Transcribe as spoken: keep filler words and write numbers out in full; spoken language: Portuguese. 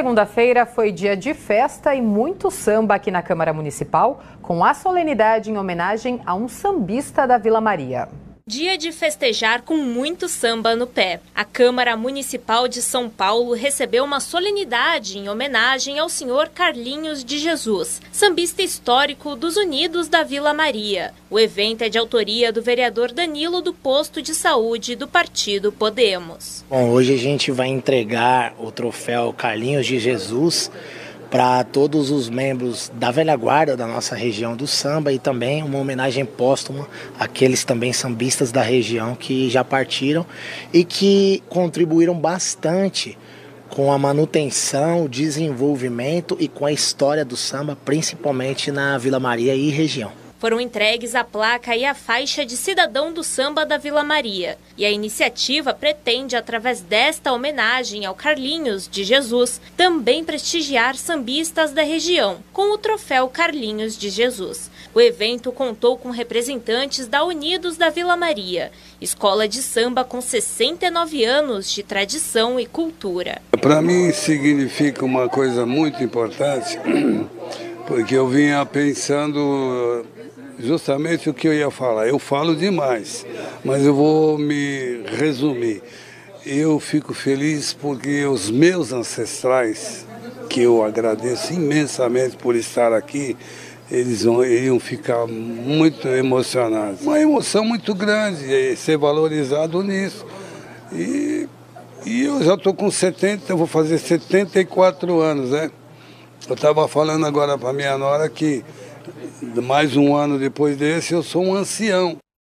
segunda-feira foi dia de festa e muito samba aqui na Câmara Municipal, com a solenidade em homenagem a um sambista da Vila Maria. Dia de festejar com muito samba no pé. A Câmara Municipal de São Paulo recebeu uma solenidade em homenagem ao senhor Carlinhos de Jesus, sambista histórico dos Unidos da Vila Maria. O evento é de autoria do vereador Danilo do Posto de Saúde do partido Podemos. Bom, hoje a gente vai entregar o troféu Carlinhos de Jesus para todos os membros da velha guarda da nossa região do samba e também uma homenagem póstuma àqueles também sambistas da região que já partiram e que contribuíram bastante com a manutenção, desenvolvimento e com a história do samba, principalmente na Vila Maria e região. Foram entregues a placa e a faixa de cidadão do samba da Vila Maria. E a iniciativa pretende, através desta homenagem ao Carlinhos de Jesus, também prestigiar sambistas da região, com o troféu Carlinhos de Jesus. O evento contou com representantes da Unidos da Vila Maria, escola de samba com sessenta e nove anos de tradição e cultura. Para mim significa uma coisa muito importante, porque eu vinha pensando justamente o que eu ia falar. Eu falo demais, mas eu vou me resumir. Eu fico feliz porque os meus ancestrais, que eu agradeço imensamente por estar aqui, eles vão, iriam ficar muito emocionados. Uma emoção muito grande, ser valorizado nisso. E, e eu já estou com setenta, eu vou fazer setenta e quatro anos, né? Eu estava falando agora para minha nora que mais um ano depois desse eu sou um ancião.